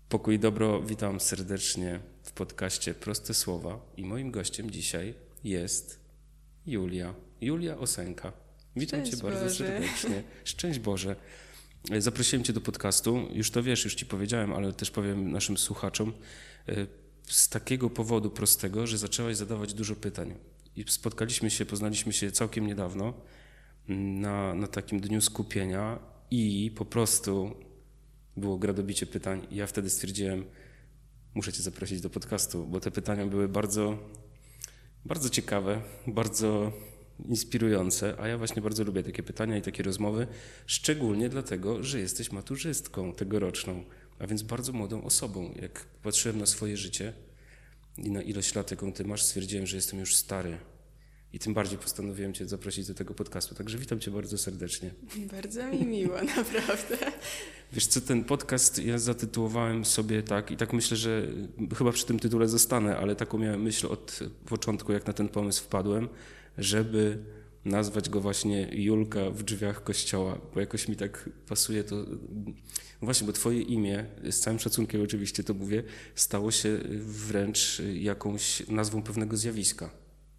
Pokój i dobro, witam serdecznie w podcaście Proste Słowa i moim gościem dzisiaj jest Julia Osenka. Witam Cię bardzo serdecznie. Szczęść Boże. Zaprosiłem Cię do podcastu, już to wiesz, już Ci powiedziałem, ale też powiem naszym słuchaczom, z takiego powodu prostego, że zaczęłaś zadawać dużo pytań. I poznaliśmy się całkiem niedawno na takim dniu skupienia i po prostu było gradobicie pytań. I ja wtedy stwierdziłem, muszę Cię zaprosić do podcastu, bo te pytania były bardzo, bardzo ciekawe, bardzo inspirujące, a ja właśnie bardzo lubię takie pytania i takie rozmowy, szczególnie dlatego, że jesteś maturzystką tegoroczną, a więc bardzo młodą osobą. Jak patrzyłem na swoje życie i na ilość lat, jaką Ty masz, stwierdziłem, że jestem już stary. I tym bardziej postanowiłem Cię zaprosić do tego podcastu. Także witam Cię bardzo serdecznie. Bardzo mi miło, naprawdę. Wiesz co, ten podcast ja zatytułowałem sobie tak i tak myślę, że chyba przy tym tytule zostanę, ale taką miałem myśl od początku, jak na ten pomysł wpadłem, żeby nazwać go właśnie Julka w drzwiach kościoła, bo jakoś mi tak pasuje to. Właśnie, bo Twoje imię, z całym szacunkiem oczywiście to mówię, stało się wręcz jakąś nazwą pewnego zjawiska.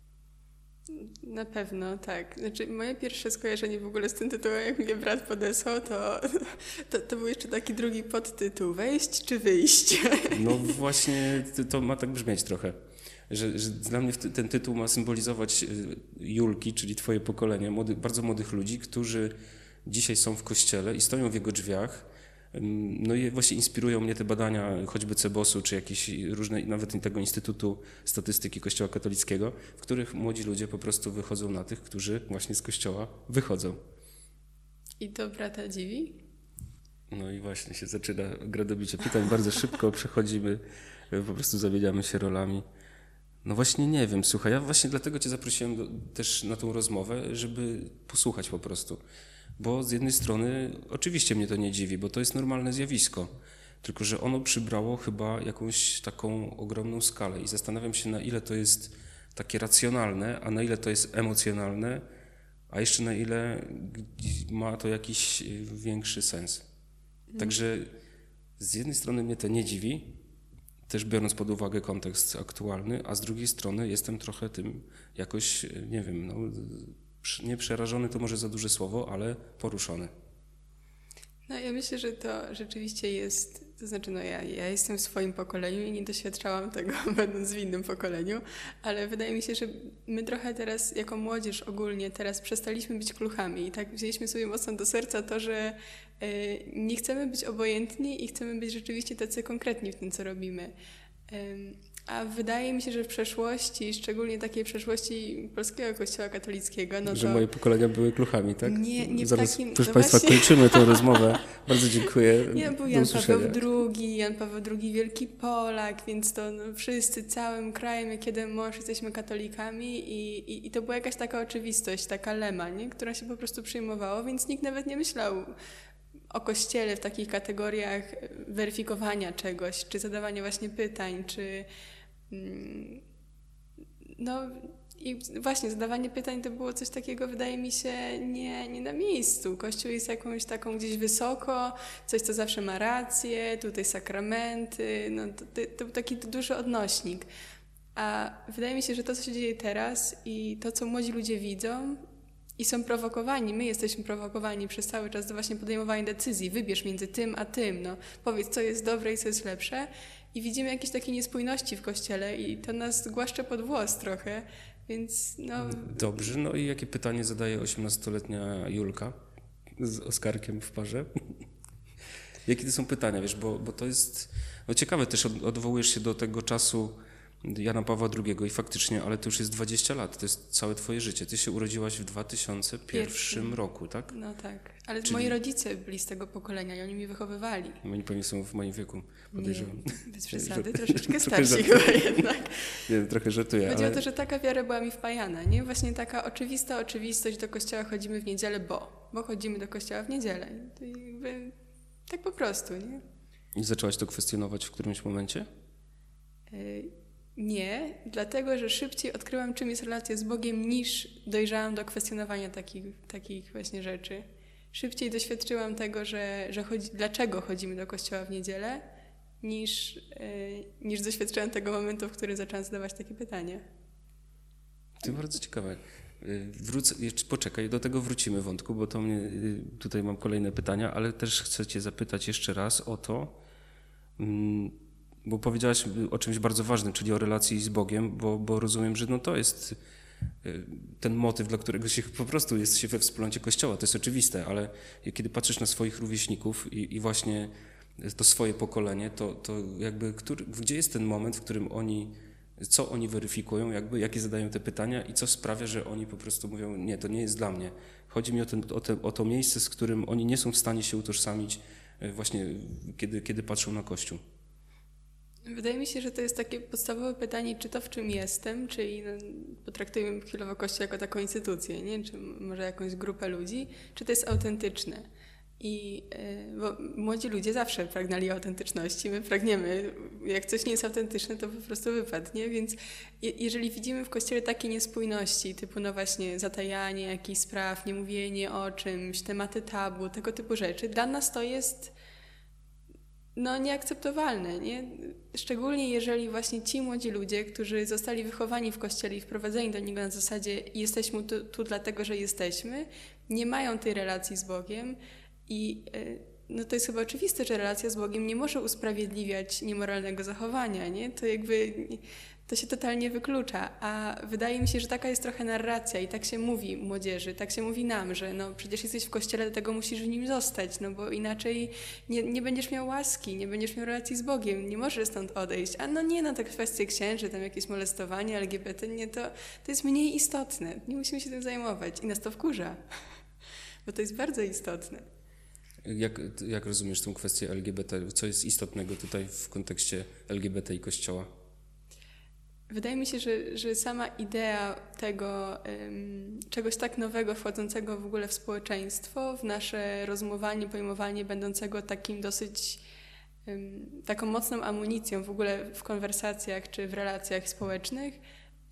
Na pewno, tak. Znaczy, moje pierwsze skojarzenie w ogóle z tym tytułem, jak mnie brat podesłał, to był jeszcze taki drugi podtytuł. Wejść czy wyjść? No właśnie, to ma tak brzmieć trochę. Że dla mnie ten tytuł ma symbolizować Julki, czyli Twoje pokolenie, bardzo młodych ludzi, którzy dzisiaj są w kościele i stoją w jego drzwiach. No i właśnie inspirują mnie te badania choćby CEBOS-u, czy jakieś różne, nawet tego Instytutu Statystyki Kościoła Katolickiego, w których młodzi ludzie po prostu wychodzą na tych, którzy właśnie z kościoła wychodzą. I to brata dziwi? No i właśnie się zaczyna gradobicie pytań. Bardzo szybko przechodzimy, po prostu zamieniamy się rolami. No właśnie nie wiem, słuchaj, ja właśnie dlatego Cię zaprosiłem też na tą rozmowę, żeby posłuchać po prostu. Bo z jednej strony oczywiście mnie to nie dziwi, bo to jest normalne zjawisko, tylko że ono przybrało chyba jakąś taką ogromną skalę i zastanawiam się, na ile to jest takie racjonalne, a na ile to jest emocjonalne, a jeszcze na ile ma to jakiś większy sens. Także z jednej strony mnie to nie dziwi, też biorąc pod uwagę kontekst aktualny, a z drugiej strony jestem trochę tym jakoś, nie wiem, no, nie przerażony to może za duże słowo, ale poruszony. No ja myślę, że to rzeczywiście jest, to znaczy ja jestem w swoim pokoleniu i nie doświadczałam tego będąc w innym pokoleniu, ale wydaje mi się, że my trochę teraz jako młodzież ogólnie teraz przestaliśmy być kluchami i tak wzięliśmy sobie mocno do serca to, że nie chcemy być obojętni i chcemy być rzeczywiście tacy konkretni w tym, co robimy. A wydaje mi się, że w przeszłości, szczególnie takiej przeszłości polskiego kościoła katolickiego, no to... Że moje pokolenia były kluchami, tak? Nie Zaraz, w takim... proszę no Państwa, właśnie... kończymy tę rozmowę. Bardzo dziękuję. Nie, był Jan Paweł II, wielki Polak, więc to wszyscy, całym krajem, jak jeden mąż, jesteśmy katolikami i to była jakaś taka oczywistość, taka lema, nie? Która się po prostu przyjmowało, więc nikt nawet nie myślał o Kościele w takich kategoriach weryfikowania czegoś, czy zadawania właśnie pytań, czy... No i właśnie zadawanie pytań to było coś takiego, wydaje mi się, nie na miejscu. Kościół jest jakąś taką gdzieś wysoko, coś, co zawsze ma rację, tutaj sakramenty, no to był taki duży odnośnik. A wydaje mi się, że to, co się dzieje teraz i to, co młodzi ludzie widzą i są prowokowani, my jesteśmy prowokowani przez cały czas do właśnie podejmowania decyzji, wybierz między tym a tym, no powiedz, co jest dobre i co jest lepsze. I widzimy jakieś takie niespójności w Kościele i to nas głaszcze pod włos trochę, więc no... Dobrze, no i jakie pytanie zadaje 18-letnia Julka z Oskarkiem w parze? Jakie to są pytania, wiesz, bo to jest... No ciekawe, też odwołujesz się do tego czasu Jana Pawła II i faktycznie, ale to już jest 20 lat, to jest całe Twoje życie. Ty się urodziłaś w 2001 roku, tak? No tak, ale moi rodzice byli z tego pokolenia i oni mnie wychowywali. Oni pewnie są w moim wieku, podejrzewam. Nie, bez przesady, troszeczkę starsi chyba jednak. Nie, trochę żartuję, Chodzi o to, że taka wiara była mi wpajana, nie? Właśnie taka oczywista oczywistość, do kościoła chodzimy w niedzielę, bo chodzimy do kościoła w niedzielę. To jakby tak po prostu, nie? I zaczęłaś to kwestionować w którymś momencie? Nie, dlatego, że szybciej odkryłam, czym jest relacja z Bogiem, niż dojrzałam do kwestionowania takich właśnie rzeczy. Szybciej doświadczyłam tego, dlaczego chodzimy do kościoła w niedzielę niż doświadczyłam tego momentu, w którym zaczęłam zadawać takie pytanie. To bardzo ciekawe. Poczekaj, do tego wrócimy wątku, bo to mnie, tutaj mam kolejne pytania, ale też chcę cię zapytać jeszcze raz o to, bo powiedziałaś o czymś bardzo ważnym, czyli o relacji z Bogiem, bo rozumiem, że no to jest ten motyw, dla którego się po prostu jest się we wspólnocie Kościoła, to jest oczywiste, ale kiedy patrzysz na swoich rówieśników i właśnie to swoje pokolenie, to jakby gdzie jest ten moment, w którym co oni weryfikują, jakie zadają te pytania i co sprawia, że oni po prostu mówią, nie, to nie jest dla mnie. Chodzi mi o to miejsce, z którym oni nie są w stanie się utożsamić właśnie, kiedy patrzą na Kościół. Wydaje mi się, że to jest takie podstawowe pytanie, czy to w czym jestem, czyli potraktujemy chwilowo Kościół jako taką instytucję, nie? Czy może jakąś grupę ludzi, czy to jest autentyczne. Bo młodzi ludzie zawsze pragnęli autentyczności, my pragniemy, jak coś nie jest autentyczne, to po prostu wypadnie, więc jeżeli widzimy w Kościele takie niespójności, typu no właśnie zatajanie jakichś spraw, niemówienie o czymś, tematy tabu, tego typu rzeczy, dla nas to jest nieakceptowalne, nie? Szczególnie jeżeli właśnie ci młodzi ludzie, którzy zostali wychowani w Kościele i wprowadzeni do niego na zasadzie jesteśmy tu dlatego, że jesteśmy, nie mają tej relacji z Bogiem. I to jest chyba oczywiste, że relacja z Bogiem nie może usprawiedliwiać niemoralnego zachowania, nie? To się totalnie wyklucza, a wydaje mi się, że taka jest trochę narracja i tak się mówi młodzieży, tak się mówi nam, że przecież jesteś w Kościele, dlatego musisz w nim zostać, bo inaczej nie będziesz miał łaski, nie będziesz miał relacji z Bogiem, nie możesz stąd odejść. A te kwestie księży, tam jakieś molestowanie, LGBT, to jest mniej istotne, nie musimy się tym zajmować i nas to wkurza, bo to jest bardzo istotne. Jak rozumiesz tę kwestię LGBT? Co jest istotnego tutaj w kontekście LGBT i Kościoła? Wydaje mi się, że sama idea tego czegoś tak nowego, wchodzącego w ogóle w społeczeństwo, w nasze rozumowanie, pojmowanie, będącego takim dosyć taką mocną amunicją w ogóle w konwersacjach czy w relacjach społecznych,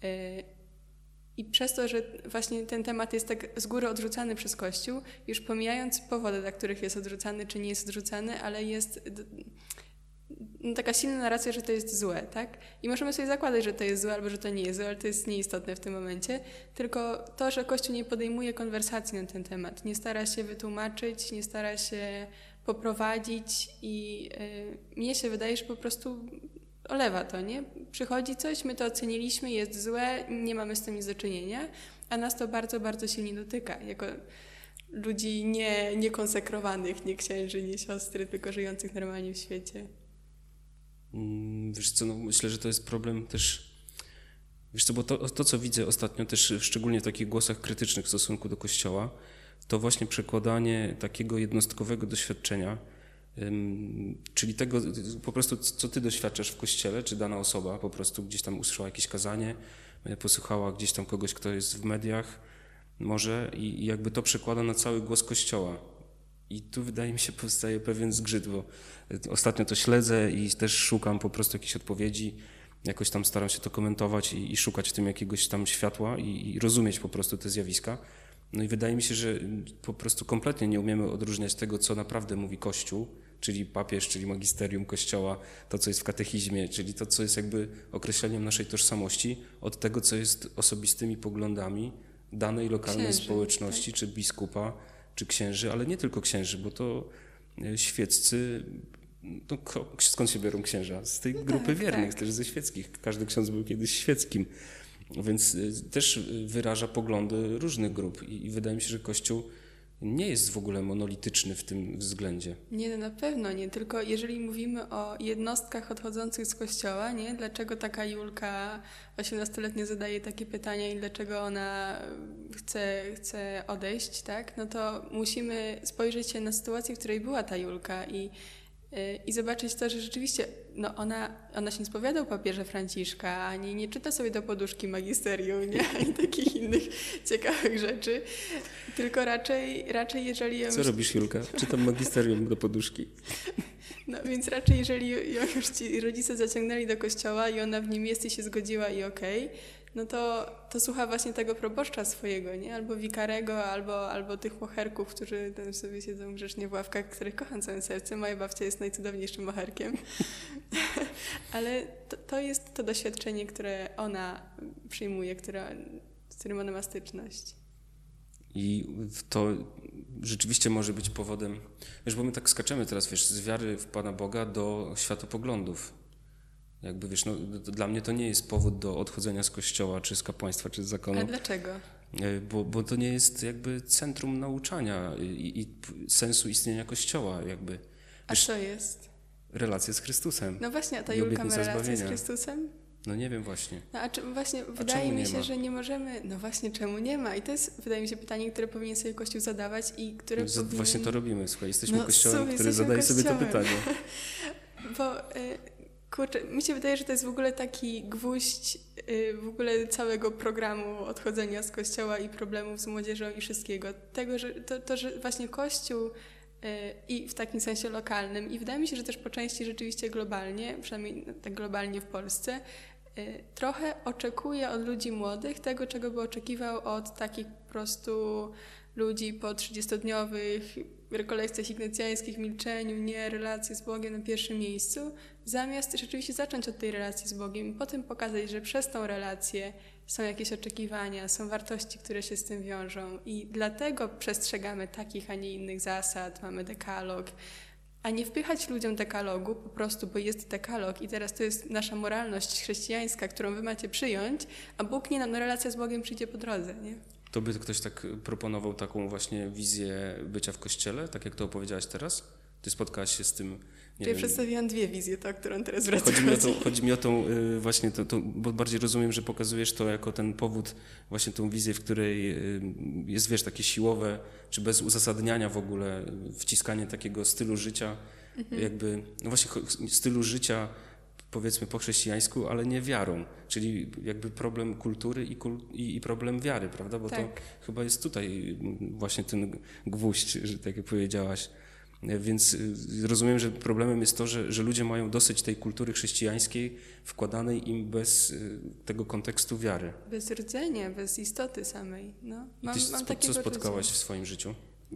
i przez to, że właśnie ten temat jest tak z góry odrzucany przez Kościół, już pomijając powody, dla których jest odrzucany, czy nie jest odrzucany, ale jest taka silna narracja, że to jest złe, tak? I możemy sobie zakładać, że to jest złe albo że to nie jest złe, ale to jest nieistotne w tym momencie. Tylko to, że Kościół nie podejmuje konwersacji na ten temat, nie stara się wytłumaczyć, nie stara się poprowadzić i mnie się wydaje, że po prostu olewa to, nie? Przychodzi coś, my to oceniliśmy, jest złe, nie mamy z tym nic do czynienia, a nas to bardzo, bardzo silnie dotyka, jako ludzi niekonsekrowanych, nie księży, nie siostry, tylko żyjących normalnie w świecie. Wiesz co, myślę, że to jest problem też, wiesz co, bo to co widzę ostatnio też, szczególnie w takich głosach krytycznych w stosunku do Kościoła, to właśnie przekładanie takiego jednostkowego doświadczenia, czyli tego po prostu, co ty doświadczasz w Kościele, czy dana osoba po prostu gdzieś tam usłyszała jakieś kazanie, posłuchała gdzieś tam kogoś, kto jest w mediach może i jakby to przekłada na cały głos Kościoła. I tu wydaje mi się powstaje pewien zgrzyt, bo ostatnio to śledzę i też szukam po prostu jakichś odpowiedzi, jakoś tam staram się to komentować i szukać w tym jakiegoś tam światła i rozumieć po prostu te zjawiska. No i wydaje mi się, że po prostu kompletnie nie umiemy odróżniać tego, co naprawdę mówi Kościół, czyli papież, czyli magisterium Kościoła, to, co jest w katechizmie, czyli to, co jest jakby określeniem naszej tożsamości, od tego, co jest osobistymi poglądami danej lokalnej księży, społeczności, tak? Czy biskupa, czy księży, ale nie tylko księży, bo to świeccy, skąd się biorą księża? Z tej grupy wiernych, też ze świeckich. Każdy ksiądz był kiedyś świeckim, więc też wyraża poglądy różnych grup i wydaje mi się, że Kościół nie jest w ogóle monolityczny w tym względzie. Nie, na pewno nie, tylko jeżeli mówimy o jednostkach odchodzących z Kościoła, nie? Dlaczego taka Julka 18-letnia zadaje takie pytania i dlaczego ona chce odejść, tak? No to musimy spojrzeć się na sytuację, w której była ta Julka i zobaczyć to, że rzeczywiście ona się nie spowiada u papieża Franciszka, ani nie czyta sobie do poduszki magisterium, nie? Ani takich innych ciekawych rzeczy, tylko raczej jeżeli... Co robisz, Julka? Czytam magisterium do poduszki. No więc raczej jeżeli ją już ci rodzice zaciągnęli do kościoła i ona w nim jest i się zgodziła i okej, no to słucha właśnie tego proboszcza swojego, nie? Albo wikarego, albo tych moherków, którzy tam sobie siedzą grzecznie w ławkach, których kocham całym sercem. Moja babcia jest najcudowniejszym moherkiem. Ale to jest to doświadczenie, które ona przyjmuje, z którym ona ma styczność. I to rzeczywiście może być powodem, wiesz, bo my tak skaczemy teraz, wiesz, z wiary w Pana Boga do światopoglądów. Jakby, wiesz, no, dla mnie to nie jest powód do odchodzenia z kościoła, czy z kapłaństwa, czy z zakonu. A dlaczego? Bo to nie jest jakby centrum nauczania i sensu istnienia kościoła, jakby. Wiesz, a co jest? Relacja z Chrystusem. No właśnie, a ta Julka ma relację z Chrystusem? No nie wiem właśnie. No właśnie wydaje mi się, że nie możemy... No właśnie, czemu nie ma? I to jest, wydaje mi się, pytanie, które powinien sobie Kościół zadawać i które powinien... Właśnie to robimy, słuchaj. Jesteśmy kościołem, który zadaje sobie to pytanie. Bo... Kurczę, mi się wydaje, że to jest w ogóle taki gwóźdź w ogóle całego programu odchodzenia z Kościoła i problemów z młodzieżą i wszystkiego. Tego, że że właśnie Kościół i w takim sensie lokalnym i wydaje mi się, że też po części rzeczywiście globalnie, przynajmniej tak globalnie w Polsce, trochę oczekuje od ludzi młodych tego, czego by oczekiwał od takich po prostu ludzi po 30-dniowych rekolekcjach ignacjańskich, milczeniu, nie, relacje z Bogiem na pierwszym miejscu, zamiast rzeczywiście zacząć od tej relacji z Bogiem i potem pokazać, że przez tą relację są jakieś oczekiwania, są wartości, które się z tym wiążą i dlatego przestrzegamy takich, a nie innych zasad, mamy dekalog, a nie wpychać ludziom dekalogu po prostu, bo jest dekalog i teraz to jest nasza moralność chrześcijańska, którą wy macie przyjąć, a Bóg nie, no relacja z Bogiem przyjdzie po drodze, nie? To by ktoś tak proponował taką właśnie wizję bycia w kościele, tak jak to opowiedziałaś teraz? Ty spotkałaś się z tym, nie wiem... Ja przedstawiłam dwie wizje, to, o którą teraz wracam. Chodzi mi o tą właśnie, bo bardziej rozumiem, że pokazujesz to jako ten powód, właśnie tą wizję, w której jest, wiesz, takie siłowe, czy bez uzasadniania w ogóle wciskanie takiego stylu życia, jakby, no właśnie stylu życia, powiedzmy po chrześcijańsku, ale nie wiarą, czyli jakby problem kultury i problem wiary, prawda? Bo tak. To chyba jest tutaj właśnie ten gwóźdź, że tak jak powiedziałaś. Więc rozumiem, że problemem jest to, że ludzie mają dosyć tej kultury chrześcijańskiej wkładanej im bez tego kontekstu wiary. Bez rdzenia, bez istoty samej. No, mam takie co spotkałaś w swoim życiu?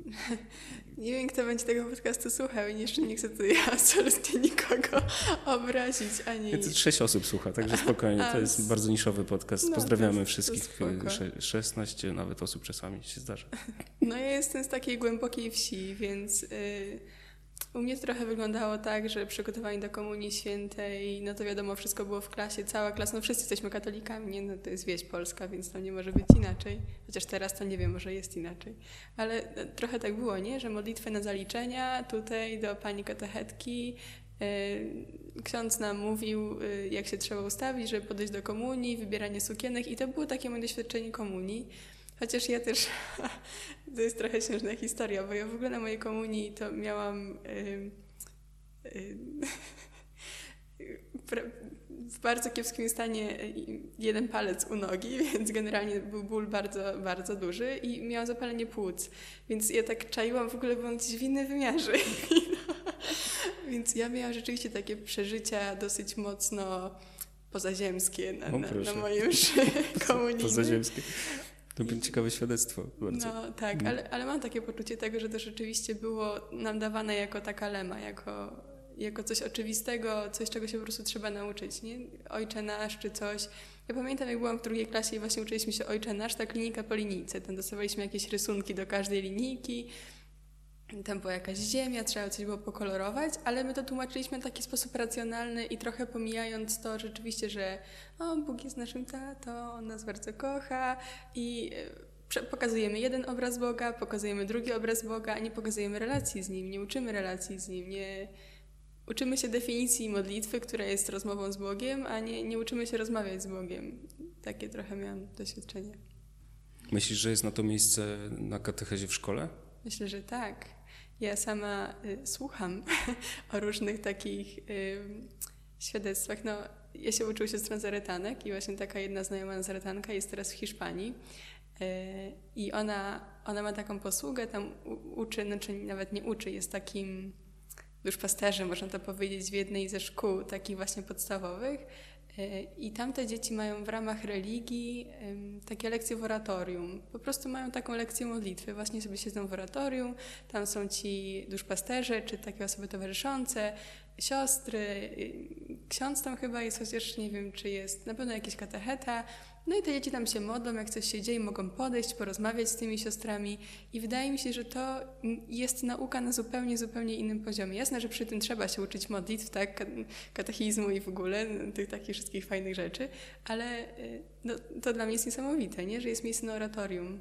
Nie wiem, kto będzie tego podcastu słuchał i jeszcze nie chcę tutaj absolutnie nikogo obrazić. Ani... 6 osób słucha, także spokojnie. To jest bardzo niszowy podcast. No, pozdrawiamy wszystkich. 16 nawet osób czasami się zdarza. No ja jestem z takiej głębokiej wsi, więc u mnie to trochę wyglądało tak, że przygotowanie do Komunii Świętej, no to wiadomo, wszystko było w klasie, cała klasa, no wszyscy jesteśmy katolikami, nie? No to jest wieś polska, więc to nie może być inaczej. Chociaż teraz to nie wiem, może jest inaczej. Ale trochę tak było, nie? Że modlitwę na zaliczenia tutaj do pani katechetki, ksiądz nam mówił, jak się trzeba ustawić, żeby podejść do komunii, wybieranie sukienek i to było takie moje doświadczenie komunii. Chociaż ja też, to jest trochę śmieszna historia, bo ja w ogóle na mojej komunii to miałam w bardzo kiepskim stanie jeden palec u nogi, więc generalnie był ból bardzo, bardzo duży i miałam zapalenie płuc. Więc ja tak czaiłam w ogóle, byłam gdzieś w innym wymiarze. Więc ja miałam rzeczywiście takie przeżycia dosyć mocno pozaziemskie na moim komunijnym. Pozaziemskie. To będzie ciekawe świadectwo. Bardzo. No tak, ale mam takie poczucie tego, że to rzeczywiście było nam dawane jako taka lema, jako coś oczywistego, coś, czego się po prostu trzeba nauczyć, nie? Ojcze nasz czy coś. Ja pamiętam, jak byłam w 2. klasie i właśnie uczyliśmy się Ojcze nasz, tak linijka po linijce. Tam dostawaliśmy jakieś rysunki do każdej linijki. Tam była jakaś ziemia, trzeba coś było pokolorować, ale my to tłumaczyliśmy w taki sposób racjonalny i trochę pomijając to rzeczywiście, że Bóg jest naszym tatą, On nas bardzo kocha i pokazujemy jeden obraz Boga, pokazujemy drugi obraz Boga, a nie pokazujemy relacji z Nim, nie uczymy relacji z Nim, nie uczymy się definicji modlitwy, która jest rozmową z Bogiem, a nie uczymy się rozmawiać z Bogiem. Takie trochę miałam doświadczenie. Myślisz, że jest na to miejsce na katechezie w szkole? Myślę, że tak. Ja sama słucham o różnych takich świadectwach. No, ja się uczył siostr nazaretanek i właśnie taka jedna znajoma nazaretanka jest teraz w Hiszpanii i ona ma taką posługę, tam uczy, znaczy nawet nie uczy, jest takim duszpasterzem, można to powiedzieć, w jednej ze szkół takich właśnie podstawowych I tamte dzieci mają w ramach religii takie lekcje w oratorium. Po prostu mają taką lekcję modlitwy. Właśnie sobie siedzą w oratorium, tam są ci duszpasterze, czy takie osoby towarzyszące, siostry, ksiądz tam chyba jest, chociaż nie wiem, czy jest, na pewno jakiś katecheta. No i te dzieci tam się modlą, jak coś się dzieje, mogą podejść, porozmawiać z tymi siostrami i wydaje mi się, że to jest nauka na zupełnie innym poziomie. Jasne, że przy tym trzeba się uczyć modlitw, tak, katechizmu i w ogóle tych takich wszystkich fajnych rzeczy, ale no, to dla mnie jest niesamowite, nie? Że jest miejsce na oratorium.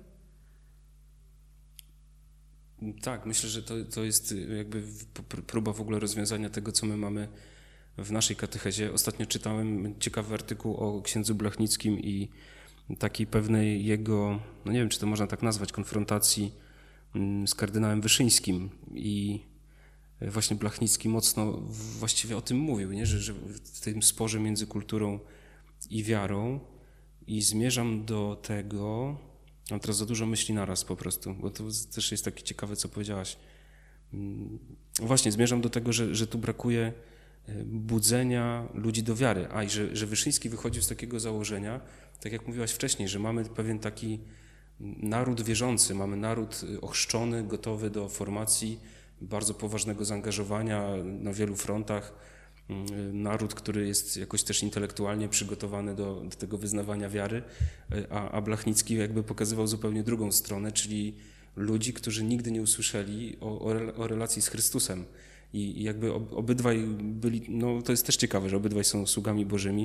Tak, myślę, że to jest jakby próba w ogóle rozwiązania tego, co my mamy w naszej katechezie. Ostatnio czytałem ciekawy artykuł o księdzu Blachnickim i takiej pewnej jego, no nie wiem, czy to można tak nazwać, konfrontacji z kardynałem Wyszyńskim. I właśnie Blachnicki mocno właściwie o tym mówił, nie? Że w tym sporze między kulturą i wiarą i zmierzam do tego, mam teraz za dużo myśli naraz po prostu, bo to też jest takie ciekawe, co powiedziałaś. Właśnie, zmierzam do tego, że tu brakuje budzenia ludzi do wiary. I że Wyszyński wychodził z takiego założenia, tak jak mówiłaś wcześniej, że mamy pewien taki naród wierzący, mamy naród ochrzczony, gotowy do formacji, bardzo poważnego zaangażowania na wielu frontach, naród, który jest jakoś też intelektualnie przygotowany do tego wyznawania wiary, a Blachnicki jakby pokazywał zupełnie drugą stronę, czyli ludzi, którzy nigdy nie usłyszeli o relacji z Chrystusem. I jakby obydwaj byli, no to jest też ciekawe, że obydwaj są sługami bożymi.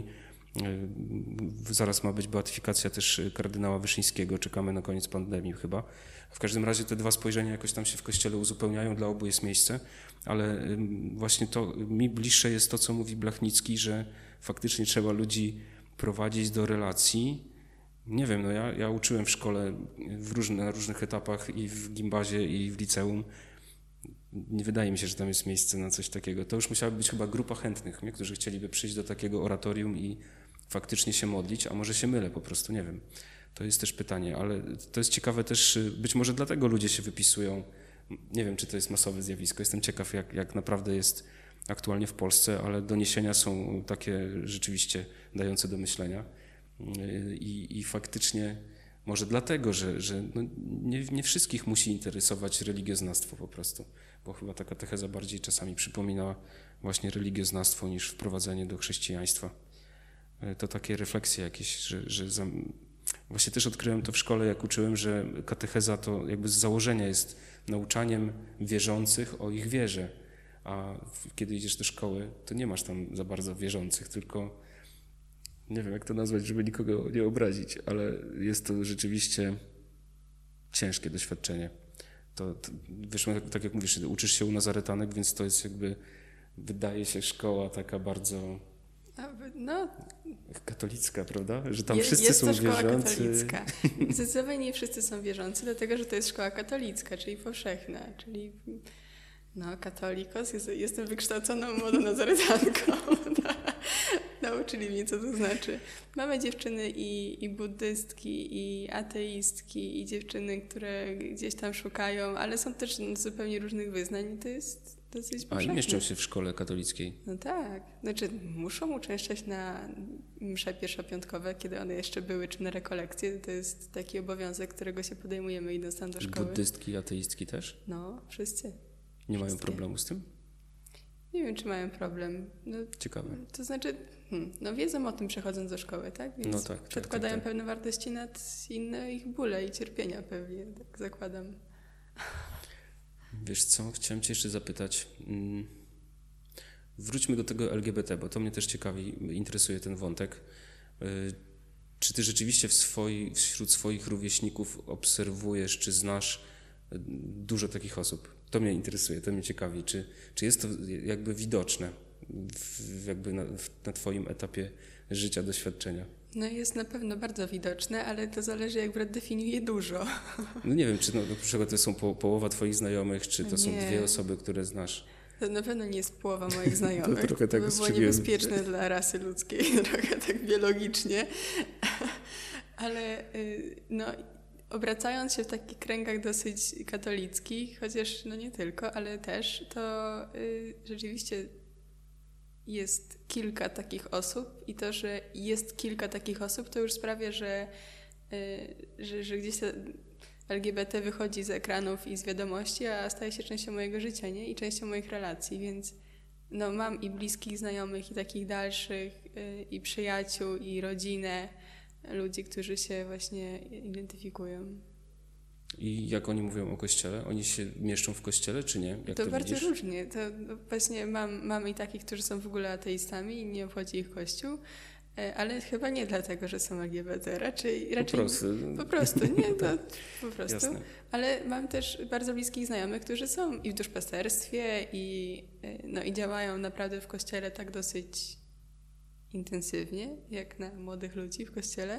Zaraz ma być beatyfikacja też kardynała Wyszyńskiego, czekamy na koniec pandemii chyba. W każdym razie te dwa spojrzenia jakoś tam się w Kościele uzupełniają, dla obu jest miejsce, ale właśnie to mi bliższe jest to, co mówi Blachnicki, że faktycznie trzeba ludzi prowadzić do relacji. Nie wiem, no ja uczyłem w szkole na różnych etapach i w gimbazie i w liceum. Nie wydaje mi się, że tam jest miejsce na coś takiego. To już musiała być chyba grupa chętnych, nie? Którzy chcieliby przyjść do takiego oratorium i faktycznie się modlić, a może się mylę po prostu, nie wiem. To jest też pytanie, ale to jest ciekawe też, być może dlatego ludzie się wypisują. Nie wiem, czy to jest masowe zjawisko. Jestem ciekaw, jak naprawdę jest aktualnie w Polsce, ale doniesienia są takie rzeczywiście dające do myślenia. I faktycznie może dlatego, że no nie wszystkich musi interesować religioznawstwo po prostu, bo chyba ta katecheza bardziej czasami przypomina właśnie religioznawstwo niż wprowadzenie do chrześcijaństwa. To takie refleksje jakieś, właśnie też odkryłem to w szkole, jak uczyłem, że katecheza to jakby z założenia jest nauczaniem wierzących o ich wierze, a kiedy idziesz do szkoły, to nie masz tam za bardzo wierzących, tylko nie wiem, jak to nazwać, żeby nikogo nie obrazić, ale jest to rzeczywiście ciężkie doświadczenie. To wiesz, tak jak mówisz, uczysz się u Nazaretanek, więc to jest jakby, wydaje się, szkoła taka bardzo katolicka, prawda? Że tam wszyscy są wierzący. Jest to szkoła katolicka. Zdecydowanie nie wszyscy są wierzący, dlatego że to jest szkoła katolicka, czyli powszechna, czyli katolikos. Jestem wykształconą młodą nazaretanką. Nauczyli mnie, co to znaczy. Mamy dziewczyny i buddystki, i ateistki, i dziewczyny, które gdzieś tam szukają, ale są też zupełnie różnych wyznań i to jest dosyć powszechne. A i mieszczą się w szkole katolickiej? No tak. Znaczy muszą uczęszczać na msze pierwszopiątkowe, kiedy one jeszcze były, czy na rekolekcje. To jest taki obowiązek, którego się podejmujemy idąc tam do szkoły. Buddystki i ateistki też? No, wszyscy. Nie mają problemu z tym? Nie wiem, czy mają problem. Ciekawe. To znaczy, wiedzą o tym przechodząc do szkoły, tak? Więc przedkładają pewne wartości nad inne ich bóle i cierpienia pewnie, tak zakładam. Wiesz co, chciałem cię jeszcze zapytać. Wróćmy do tego LGBT, bo to mnie też ciekawi, interesuje ten wątek. Czy ty rzeczywiście wśród swoich rówieśników obserwujesz, czy znasz dużo takich osób? To mnie interesuje, to mnie ciekawi. Czy jest to jakby widoczne na twoim etapie życia, doświadczenia? No jest na pewno bardzo widoczne, ale to zależy, jak brat definiuje dużo. No nie wiem, czy na przykład to są połowa twoich znajomych, czy to są dwie osoby, które znasz? To na pewno nie jest połowa moich znajomych. To trochę tak by było niebezpieczne dla rasy ludzkiej, trochę tak biologicznie. Ale obracając się w takich kręgach dosyć katolickich, chociaż nie tylko, ale też, to rzeczywiście jest kilka takich osób i to, że jest kilka takich osób, to już sprawia, że gdzieś to LGBT wychodzi z ekranów i z wiadomości, a staje się częścią mojego życia, nie? I częścią moich relacji, więc no, mam i bliskich znajomych, i takich dalszych, i przyjaciół, i rodzinę, ludzi, którzy się właśnie identyfikują. I jak oni mówią o Kościele? Oni się mieszczą w Kościele, czy nie? Jak to bardzo widzisz? różnie. To właśnie mam i takich, którzy są w ogóle ateistami i nie obchodzi ich Kościół, ale chyba nie dlatego, że są LGBT. Raczej po prostu, nie, to po prostu. Jasne. Ale mam też bardzo bliskich znajomych, którzy są i w duszpasterstwie i działają naprawdę w Kościele tak dosyć intensywnie, jak na młodych ludzi w Kościele.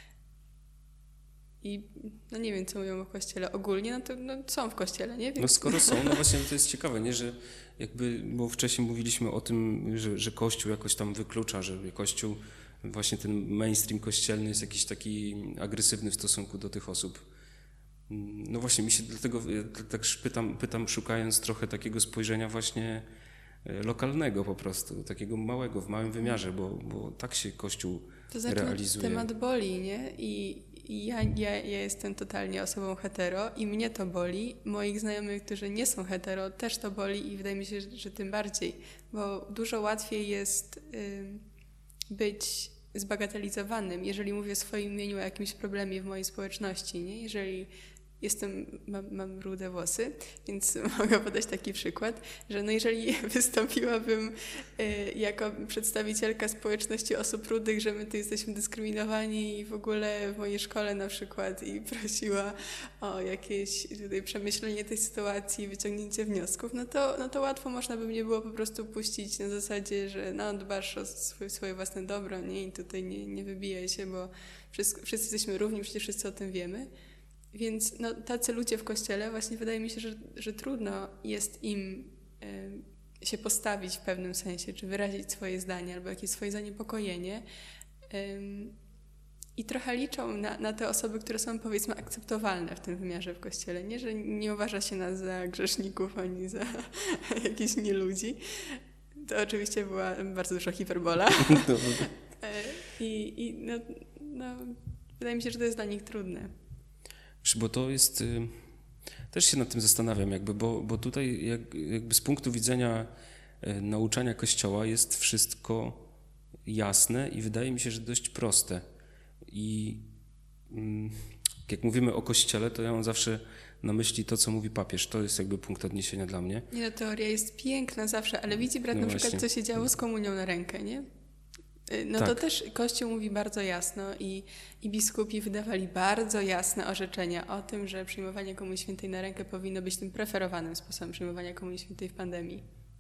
I no nie wiem, co mówią o Kościele ogólnie, no to są w Kościele, nie? Więc... No skoro są, no właśnie to jest ciekawe, nie? Że jakby, bo wcześniej mówiliśmy o tym, że Kościół jakoś tam wyklucza, że Kościół, właśnie ten mainstream kościelny jest jakiś taki agresywny w stosunku do tych osób. No właśnie, mi się dlatego tak pytam, szukając trochę takiego spojrzenia właśnie lokalnego po prostu, takiego małego, w małym wymiarze, bo tak się Kościół to znaczy, realizuje. Temat boli, nie? I ja jestem totalnie osobą hetero i mnie to boli. Moich znajomych, którzy nie są hetero, też to boli i wydaje mi się, że tym bardziej, bo dużo łatwiej jest być zbagatelizowanym, jeżeli mówię w swoim imieniu o jakimś problemie w mojej społeczności, nie? Jeżeli mam rude włosy, więc mogę podać taki przykład, że no jeżeli wystąpiłabym jako przedstawicielka społeczności osób rudych, że my tu jesteśmy dyskryminowani i w ogóle w mojej szkole na przykład i prosiła o jakieś tutaj przemyślenie tej sytuacji, wyciągnięcie wniosków, no to łatwo można by mnie było po prostu puścić na zasadzie, że no dbasz o swoje własne dobro, nie? I tutaj nie wybijaj się, bo wszyscy jesteśmy równi, przecież wszyscy o tym wiemy. Więc no, tacy ludzie w Kościele właśnie wydaje mi się, że trudno jest im się postawić w pewnym sensie, czy wyrazić swoje zdanie albo jakieś swoje zaniepokojenie. I trochę liczą na te osoby, które są powiedzmy akceptowalne w tym wymiarze w Kościele. Nie, że nie uważa się nas za grzeszników ani za jakichś nieludzi. To oczywiście była bardzo duża hiperbola. No, wydaje mi się, że to jest dla nich trudne. Bo to jest, też się nad tym zastanawiam, bo tutaj jakby z punktu widzenia nauczania Kościoła jest wszystko jasne i wydaje mi się, że dość proste. I jak mówimy o Kościele, to ja mam zawsze na myśli to, co mówi papież. To jest jakby punkt odniesienia dla mnie. Nie, no, teoria jest piękna zawsze, ale widzi brat na przykład, co się działo z komunią na rękę, nie? No tak. To też Kościół mówi bardzo jasno i biskupi wydawali bardzo jasne orzeczenia o tym, że przyjmowanie Komunii Świętej na rękę powinno być tym preferowanym sposobem przyjmowania Komunii Świętej w pandemii.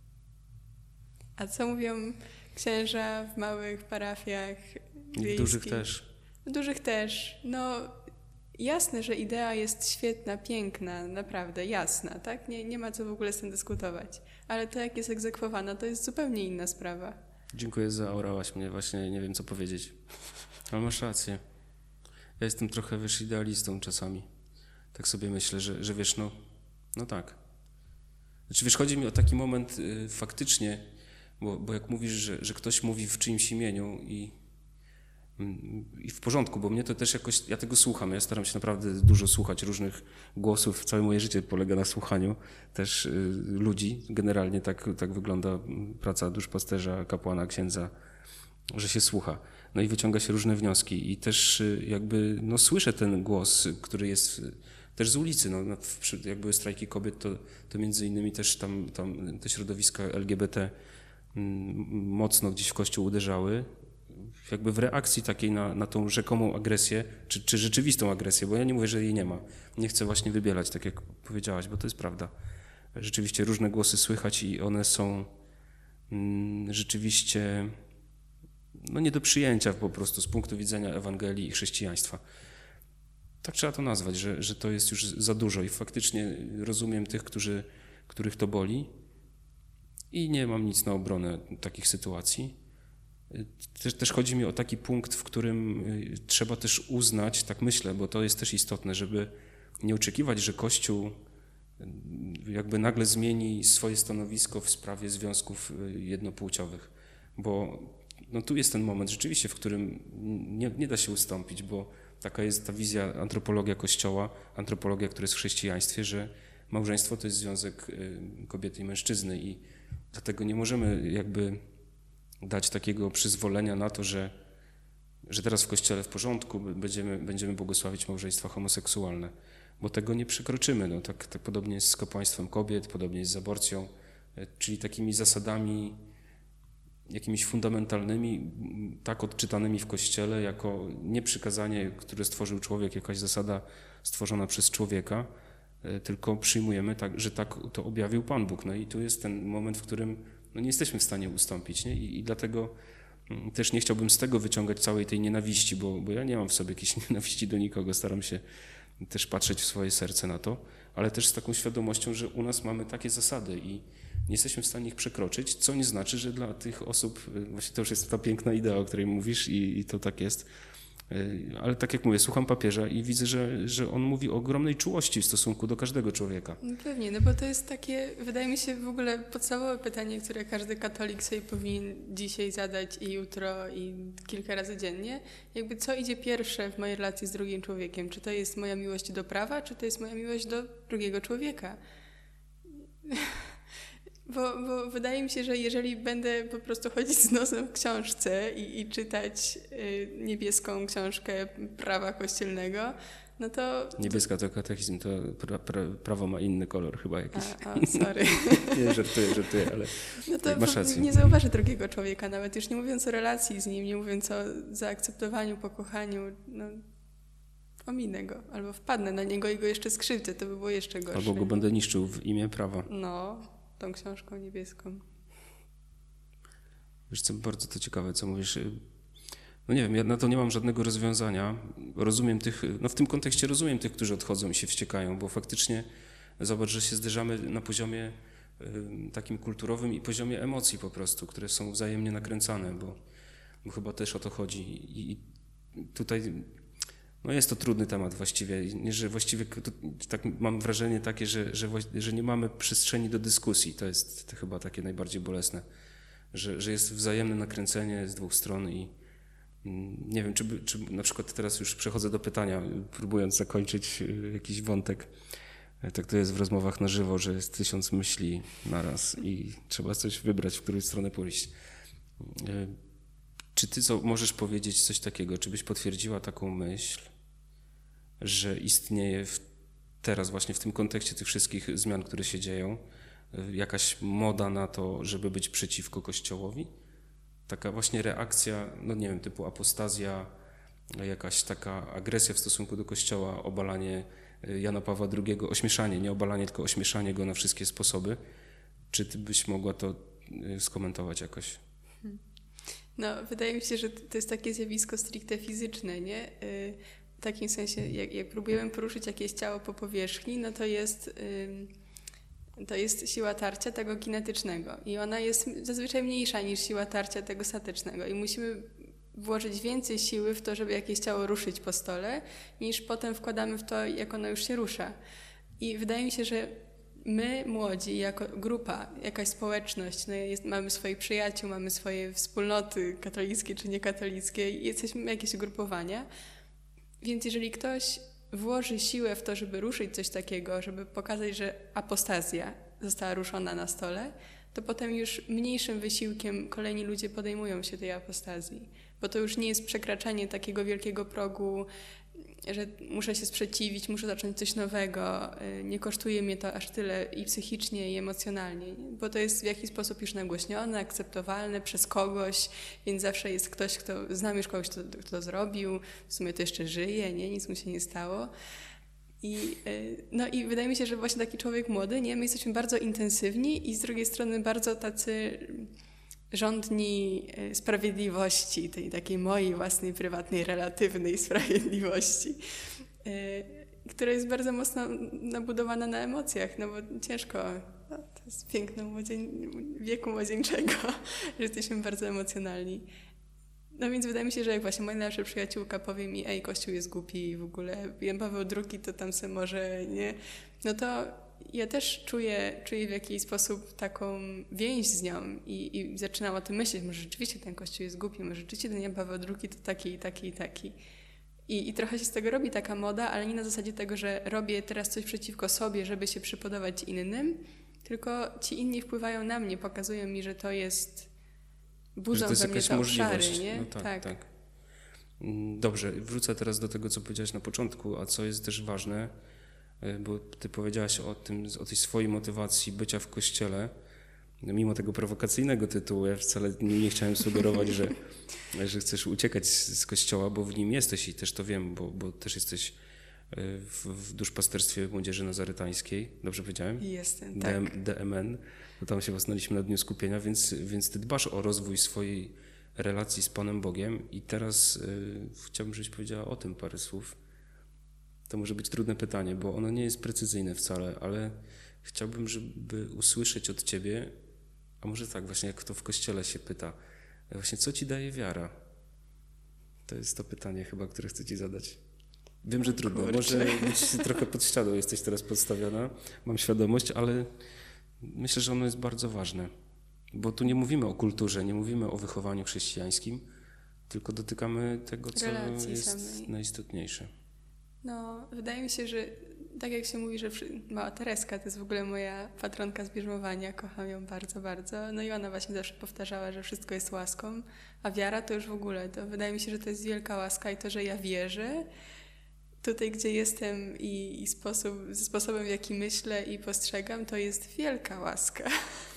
A co mówią księża w małych parafiach wiejskich? I w dużych też. W dużych też. No jasne, że idea jest świetna, piękna, naprawdę jasna, tak? Nie ma co w ogóle z tym dyskutować. Ale to, jak jest egzekwowana, to jest zupełnie inna sprawa. Dziękuję, zaorałaś mnie, właśnie nie wiem, co powiedzieć. Ale masz rację. Ja jestem trochę, idealistą czasami. Tak sobie myślę, że wiesz, no tak. Znaczy, wiesz, chodzi mi o taki moment faktycznie, bo jak mówisz, że ktoś mówi w czyimś imieniu i w porządku, bo mnie to też jakoś, ja tego słucham, ja staram się naprawdę dużo słuchać różnych głosów, całe moje życie polega na słuchaniu też ludzi, generalnie tak wygląda praca duszpasterza, kapłana, księdza, że się słucha, no i wyciąga się różne wnioski i też jakby, no słyszę ten głos, który jest też z ulicy, jak były strajki kobiet, to między innymi też tam te środowiska LGBT mocno gdzieś w Kościół uderzały, jakby w reakcji takiej na tą rzekomą agresję, czy rzeczywistą agresję, bo ja nie mówię, że jej nie ma. Nie chcę właśnie wybielać, tak jak powiedziałaś, bo to jest prawda. Rzeczywiście różne głosy słychać i one są rzeczywiście nie do przyjęcia po prostu z punktu widzenia Ewangelii i chrześcijaństwa. Tak trzeba to nazwać, że to jest już za dużo i faktycznie rozumiem tych, których to boli i nie mam nic na obronę takich sytuacji. Też chodzi mi o taki punkt, w którym trzeba też uznać, tak myślę, bo to jest też istotne, żeby nie oczekiwać, że Kościół jakby nagle zmieni swoje stanowisko w sprawie związków jednopłciowych. bo no, tu jest ten moment rzeczywiście, w którym nie da się ustąpić, bo taka jest ta wizja antropologia Kościoła, antropologia, która jest w chrześcijaństwie, że małżeństwo to jest związek kobiety i mężczyzny i dlatego nie możemy jakby dać takiego przyzwolenia na to, że teraz w Kościele w porządku będziemy błogosławić małżeństwa homoseksualne, bo tego nie przekroczymy. No, tak podobnie jest z kapłaństwem kobiet, podobnie jest z aborcją, czyli takimi zasadami jakimiś fundamentalnymi, tak odczytanymi w Kościele jako nie przykazanie, które stworzył człowiek, jakaś zasada stworzona przez człowieka, tylko przyjmujemy, że tak to objawił Pan Bóg. No i tu jest ten moment, w którym no nie jesteśmy w stanie ustąpić. Nie? I dlatego też nie chciałbym z tego wyciągać całej tej nienawiści, bo ja nie mam w sobie jakiejś nienawiści do nikogo, staram się też patrzeć w swoje serce na to, ale też z taką świadomością, że u nas mamy takie zasady i nie jesteśmy w stanie ich przekroczyć, co nie znaczy, że dla tych osób, właśnie to już jest ta piękna idea, o której mówisz i to tak jest, ale tak jak mówię, słucham papieża i widzę, że on mówi o ogromnej czułości w stosunku do każdego człowieka. No pewnie, no bo to jest takie, wydaje mi się w ogóle podstawowe pytanie, które każdy katolik sobie powinien dzisiaj zadać i jutro i kilka razy dziennie. Jakby co idzie pierwsze w mojej relacji z drugim człowiekiem? Czy to jest moja miłość do prawa, czy to jest moja miłość do drugiego człowieka? Bo wydaje mi się, że jeżeli będę po prostu chodzić z nosem w książce i czytać niebieską książkę prawa kościelnego, no to... Niebieska to katechizm, to prawo ma inny kolor chyba jakiś. Sorry. Nie, żartuję, ale no to masz rację. Nie zauważy drugiego człowieka nawet, już nie mówiąc o relacji z nim, nie mówiąc o zaakceptowaniu, pokochaniu, no ominę go, albo wpadnę na niego i go jeszcze skrzywdzę, to by było jeszcze gorsze. Albo go będę niszczył w imię prawa. No, tą książką niebieską. Wiesz co, bardzo to ciekawe, co mówisz. No nie wiem, ja na to nie mam żadnego rozwiązania. Rozumiem w tym kontekście rozumiem tych, którzy odchodzą i się wściekają, bo faktycznie zobacz, że się zderzamy na poziomie takim kulturowym i poziomie emocji po prostu, które są wzajemnie nakręcane, bo chyba też o to chodzi. I tutaj no jest to trudny temat właściwie, że właściwie tak mam wrażenie takie, że nie mamy przestrzeni do dyskusji. To jest chyba takie najbardziej bolesne, że jest wzajemne nakręcenie z dwóch stron i nie wiem, czy na przykład teraz już przechodzę do pytania, próbując zakończyć jakiś wątek. Tak to jest w rozmowach na żywo, że jest 1000 myśli naraz i trzeba coś wybrać, w którą stronę pójść. Czy ty możesz powiedzieć coś takiego, czy byś potwierdziła taką myśl, że istnieje teraz właśnie w tym kontekście tych wszystkich zmian, które się dzieją, jakaś moda na to, żeby być przeciwko Kościołowi? Taka właśnie reakcja, no nie wiem, typu apostazja, jakaś taka agresja w stosunku do Kościoła, obalanie Jana Pawła II, ośmieszanie, nie obalanie, tylko ośmieszanie go na wszystkie sposoby. Czy ty byś mogła to skomentować jakoś? No, wydaje mi się, że to jest takie zjawisko stricte fizyczne, nie? W takim sensie, jak próbujemy poruszyć jakieś ciało po powierzchni, no to jest siła tarcia tego kinetycznego i ona jest zazwyczaj mniejsza niż siła tarcia tego statycznego i musimy włożyć więcej siły w to, żeby jakieś ciało ruszyć po stole, niż potem wkładamy w to, jak ono już się rusza. I wydaje mi się, że my, młodzi, jako grupa, jakaś społeczność, no mamy swoich przyjaciół, mamy swoje wspólnoty katolickie czy niekatolickie, jesteśmy jakieś ugrupowania, więc jeżeli ktoś włoży siłę w to, żeby ruszyć coś takiego, żeby pokazać, że apostazja została ruszona na stole, to potem już mniejszym wysiłkiem kolejni ludzie podejmują się tej apostazji, bo to już nie jest przekraczanie takiego wielkiego progu, że muszę się sprzeciwić, muszę zacząć coś nowego, nie kosztuje mnie to aż tyle i psychicznie, i emocjonalnie, bo to jest w jakiś sposób już nagłośnione, akceptowalne przez kogoś, więc zawsze jest ktoś, znam już kogoś, kto to zrobił, w sumie to jeszcze żyje, nie, nic mu się nie stało. I wydaje mi się, że właśnie taki człowiek młody, nie, my jesteśmy bardzo intensywni i z drugiej strony bardzo tacy żądni sprawiedliwości, tej takiej mojej własnej, prywatnej, relatywnej sprawiedliwości, która jest bardzo mocno nabudowana na emocjach, no bo ciężko, no, to jest piękno wieku młodzieńczego, że jesteśmy bardzo emocjonalni. No więc wydaje mi się, że jak właśnie moja najlepsza przyjaciółka powie mi, Kościół jest głupi i w ogóle Jan Paweł II to tam se może, nie, no to ja też czuję w jakiś sposób taką więź z nią i zaczynam o tym myśleć, może rzeczywiście ten Kościół jest głupi, może rzeczywiście ten Jan Paweł II to taki i taki i taki. I trochę się z tego robi taka moda, ale nie na zasadzie tego, że robię teraz coś przeciwko sobie, żeby się przypodobać innym, tylko ci inni wpływają na mnie, pokazują mi, że to jest, budzą we mnie te obszary, nie? No tak. Dobrze, wrócę teraz do tego, co powiedziałaś na początku, a co jest też ważne, bo ty powiedziałaś o tej swojej motywacji bycia w Kościele, mimo tego prowokacyjnego tytułu. Ja wcale nie chciałem sugerować, że chcesz uciekać z Kościoła, bo w nim jesteś i też to wiem, bo też jesteś w duszpasterstwie Młodzieży Nazarytańskiej. Dobrze powiedziałem? Jestem, tak. DMN. No tam się poznaliśmy na Dniu Skupienia, więc ty dbasz o rozwój swojej relacji z Panem Bogiem i teraz chciałbym, żebyś powiedziała o tym parę słów. To może być trudne pytanie, bo ono nie jest precyzyjne wcale, ale chciałbym, żeby usłyszeć od ciebie, a może tak właśnie jak to w Kościele się pyta, właśnie co ci daje wiara? To jest to pytanie chyba, które chcę ci zadać. Wiem, że trudno, może być trochę pod ścianą jesteś teraz podstawiona, mam świadomość, ale myślę, że ono jest bardzo ważne, bo tu nie mówimy o kulturze, nie mówimy o wychowaniu chrześcijańskim, tylko dotykamy tego, co jest samej najistotniejsze. No, wydaje mi się, że tak jak się mówi, że mała Tereska to jest w ogóle moja patronka zbierzmowania, kocham ją bardzo, bardzo. No i ona właśnie zawsze powtarzała, że wszystko jest łaską, a wiara to już w ogóle, to wydaje mi się, że to jest wielka łaska i to, że ja wierzę tutaj, gdzie jestem i sposobem, w jaki myślę i postrzegam, to jest wielka łaska.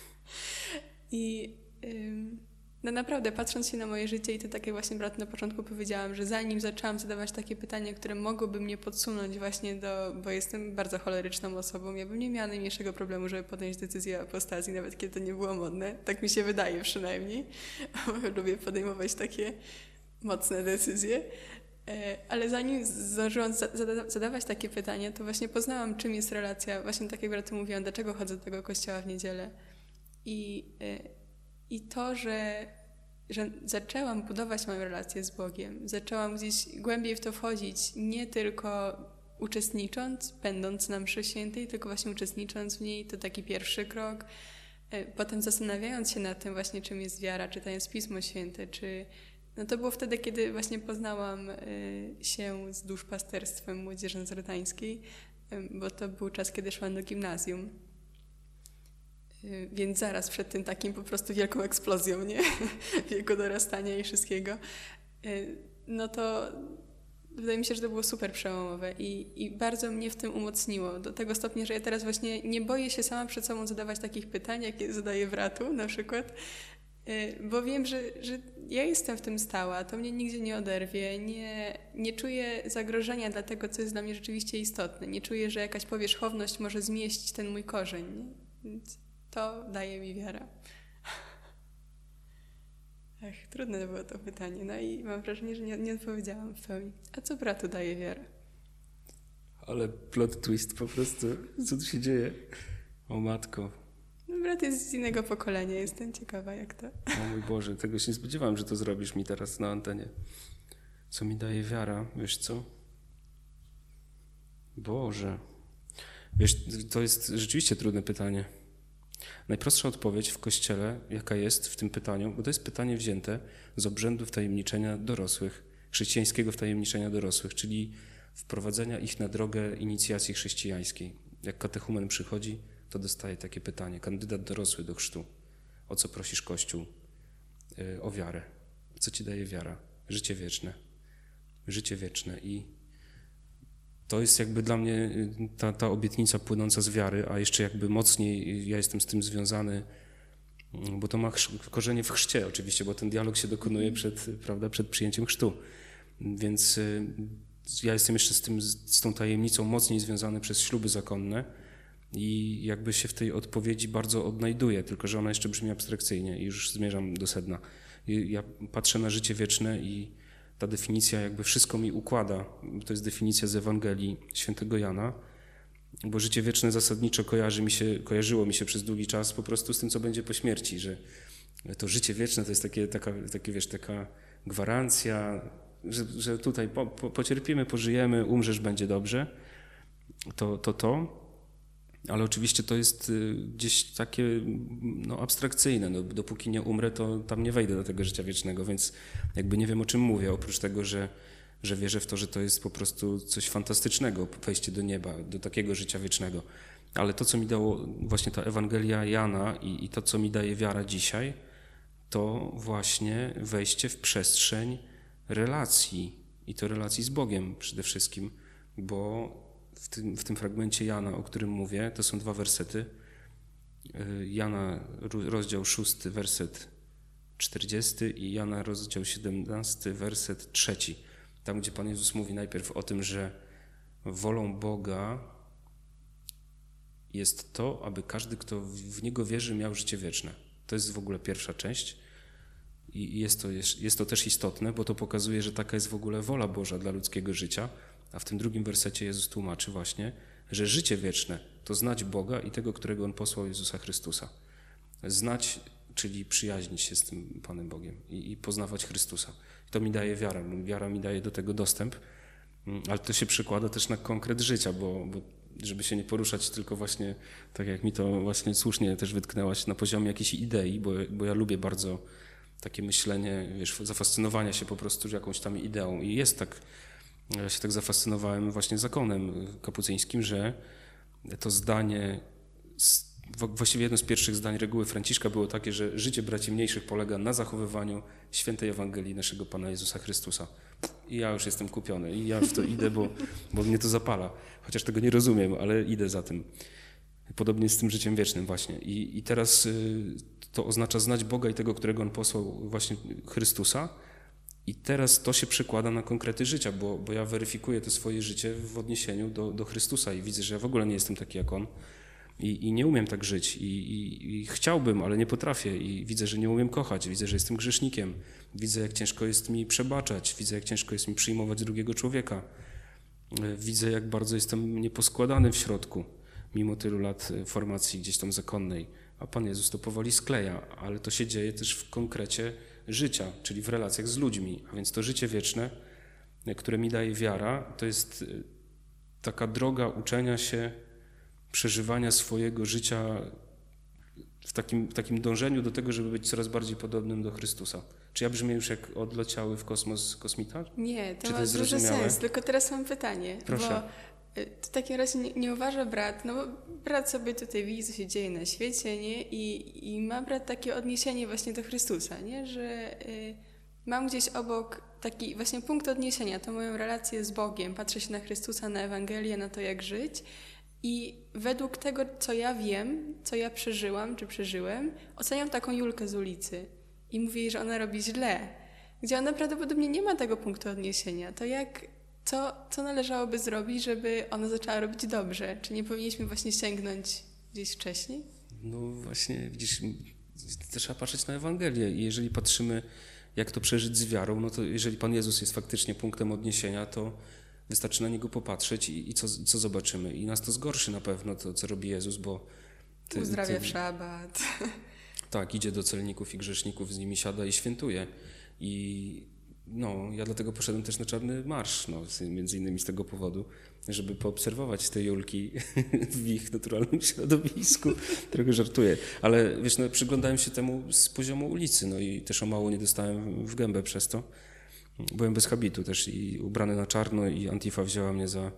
I no naprawdę, patrząc się na moje życie i to tak jak właśnie brat na początku powiedziałam, że zanim zaczęłam zadawać takie pytania, które mogłyby mnie podsunąć właśnie bo jestem bardzo choleryczną osobą, ja bym nie miała najmniejszego problemu, żeby podjąć decyzję o apostazji, nawet kiedy to nie było modne. Tak mi się wydaje przynajmniej. Lubię podejmować takie mocne decyzje. Ale zanim zdążyłam zadawać takie pytania, to właśnie poznałam, czym jest relacja, właśnie tak jak braty mówiłam, dlaczego chodzę do tego kościoła w niedzielę. I to, że zaczęłam budować moją relację z Bogiem, zaczęłam gdzieś głębiej w to wchodzić, nie tylko uczestnicząc, będąc na mszy świętej, tylko właśnie uczestnicząc w niej, to taki pierwszy krok. Potem zastanawiając się nad tym właśnie, czym jest wiara, czytając Pismo Święte, no to było wtedy, kiedy właśnie poznałam się z duszpasterstwem Młodzieży Nazarytańskiej, bo to był czas, kiedy szłam do gimnazjum. Więc zaraz przed tym takim po prostu wielką eksplozją, nie? Wieku dorastania i wszystkiego. No to wydaje mi się, że to było super przełomowe i bardzo mnie w tym umocniło. Do tego stopnia, że ja teraz właśnie nie boję się sama przed sobą zadawać takich pytań, jakie zadaję bratu na przykład, bo wiem, że ja jestem w tym stała, to mnie nigdzie nie oderwie, nie czuję zagrożenia dla tego, co jest dla mnie rzeczywiście istotne. Nie czuję, że jakaś powierzchowność może zmieścić ten mój korzeń. Nie? Więc to daje mi wiara. Ach, trudne było to pytanie. No i mam wrażenie, że nie odpowiedziałam w pełni. A co bratu daje wiara? Ale plot twist po prostu. Co tu się dzieje? O matko. No, brat jest z innego pokolenia. Jestem ciekawa, jak to. O mój Boże, tego się nie spodziewałem, że to zrobisz mi teraz na antenie. Co mi daje wiara? Wiesz co? Boże. Wiesz, to jest rzeczywiście trudne pytanie. Najprostsza odpowiedź w Kościele, jaka jest w tym pytaniu, bo to jest pytanie wzięte z obrzędu wtajemniczenia dorosłych, chrześcijańskiego wtajemniczenia dorosłych, czyli wprowadzenia ich na drogę inicjacji chrześcijańskiej. Jak katechumen przychodzi, to dostaje takie pytanie, kandydat dorosły do chrztu. O co prosisz Kościół? O wiarę. Co ci daje wiara? Życie wieczne. Życie wieczne i to jest jakby dla mnie ta obietnica płynąca z wiary, a jeszcze jakby mocniej ja jestem z tym związany, bo to ma korzenie w chrzcie oczywiście, bo ten dialog się dokonuje przed przyjęciem chrztu. Więc ja jestem jeszcze z tą tajemnicą mocniej związany przez śluby zakonne i jakby się w tej odpowiedzi bardzo odnajduję, tylko że ona jeszcze brzmi abstrakcyjnie i już zmierzam do sedna. Ja patrzę na życie wieczne i ta definicja jakby wszystko mi układa. To jest definicja z Ewangelii Świętego Jana, bo życie wieczne zasadniczo kojarzyło mi się przez długi czas po prostu z tym, co będzie po śmierci, że to życie wieczne to jest taka gwarancja, że tutaj pocierpimy, pożyjemy, umrzesz, będzie dobrze. To. Ale oczywiście to jest gdzieś takie abstrakcyjne. No, dopóki nie umrę, to tam nie wejdę do tego życia wiecznego, więc jakby nie wiem, o czym mówię, oprócz tego, że wierzę w to, że to jest po prostu coś fantastycznego, wejście do nieba, do takiego życia wiecznego. Ale to, co mi dało właśnie ta Ewangelia Jana i to, co mi daje wiara dzisiaj, to właśnie wejście w przestrzeń relacji i to relacji z Bogiem przede wszystkim, bo w tym fragmencie Jana, o którym mówię, to są 2 wersety. Jana rozdział 6, werset 40 i Jana rozdział 17, werset 3. Tam, gdzie Pan Jezus mówi najpierw o tym, że wolą Boga jest to, aby każdy, kto w Niego wierzy, miał życie wieczne. To jest w ogóle pierwsza część i jest to też istotne, bo to pokazuje, że taka jest w ogóle wola Boża dla ludzkiego życia, a w tym drugim wersecie Jezus tłumaczy właśnie, że życie wieczne to znać Boga i tego, którego On posłał, Jezusa Chrystusa. Znać, czyli przyjaźnić się z tym Panem Bogiem i poznawać Chrystusa. I to mi daje wiarę. Wiara mi daje do tego dostęp, ale to się przekłada też na konkret życia, bo żeby się nie poruszać tylko właśnie, tak jak mi to właśnie słusznie też wytknęłaś, na poziomie jakiejś idei, bo ja lubię bardzo takie myślenie, zafascynowania się po prostu jakąś tam ideą. I jest tak, ja się tak zafascynowałem właśnie zakonem kapucyńskim, że to zdanie, właściwie jedno z pierwszych zdań reguły Franciszka było takie, że życie braci mniejszych polega na zachowywaniu świętej Ewangelii naszego Pana Jezusa Chrystusa. I ja już jestem kupiony i ja w to idę, bo mnie to zapala. Chociaż tego nie rozumiem, ale idę za tym. Podobnie z tym życiem wiecznym właśnie. I teraz to oznacza znać Boga i tego, którego On posłał, właśnie Chrystusa. I teraz to się przekłada na konkrety życia, bo ja weryfikuję to swoje życie w odniesieniu do Chrystusa i widzę, że ja w ogóle nie jestem taki jak On i nie umiem tak żyć i chciałbym, ale nie potrafię i widzę, że nie umiem kochać, widzę, że jestem grzesznikiem, widzę, jak ciężko jest mi przebaczać, widzę, jak ciężko jest mi przyjmować drugiego człowieka, widzę, jak bardzo jestem nieposkładany w środku, mimo tylu lat formacji gdzieś tam zakonnej, a Pan Jezus to powoli skleja, ale to się dzieje też w konkrecie życia, czyli w relacjach z ludźmi, a więc to życie wieczne, które mi daje wiara, to jest taka droga uczenia się, przeżywania swojego życia w takim dążeniu do tego, żeby być coraz bardziej podobnym do Chrystusa. Czy ja brzmię już jak odleciały w kosmos kosmita? Nie, to ma duży sens, tylko teraz mam pytanie. Proszę. Bo w takim razie nie uważa brat, no bo brat sobie tutaj widzi, co się dzieje na świecie, nie? I ma brat takie odniesienie właśnie do Chrystusa, nie? Że mam gdzieś obok taki właśnie punkt odniesienia, to moją relację z Bogiem, patrzę się na Chrystusa, na Ewangelię, na to, jak żyć. I według tego, co ja wiem, co ja przeżyłam, czy przeżyłem, oceniam taką Julkę z ulicy i mówię jej, że ona robi źle, gdzie ona prawdopodobnie nie ma tego punktu odniesienia. To co należałoby zrobić, żeby ona zaczęła robić dobrze? Czy nie powinniśmy właśnie sięgnąć gdzieś wcześniej? No właśnie, widzisz, trzeba patrzeć na Ewangelię i jeżeli patrzymy, jak to przeżyć z wiarą, no to jeżeli Pan Jezus jest faktycznie punktem odniesienia, to wystarczy na Niego popatrzeć i co zobaczymy. I nas to zgorszy na pewno, to co robi Jezus, bo... Uzdrawia w szabat. Tak, idzie do celników i grzeszników, z nimi siada i świętuje. I ja dlatego poszedłem też na Czarny Marsz, między innymi z tego powodu, żeby poobserwować te Julki w ich naturalnym środowisku. Trochę żartuję, ale wiesz, przyglądałem się temu z poziomu ulicy, i też o mało nie dostałem w gębę przez to. Byłem bez habitu też i ubrany na czarno i Antifa wzięła mnie za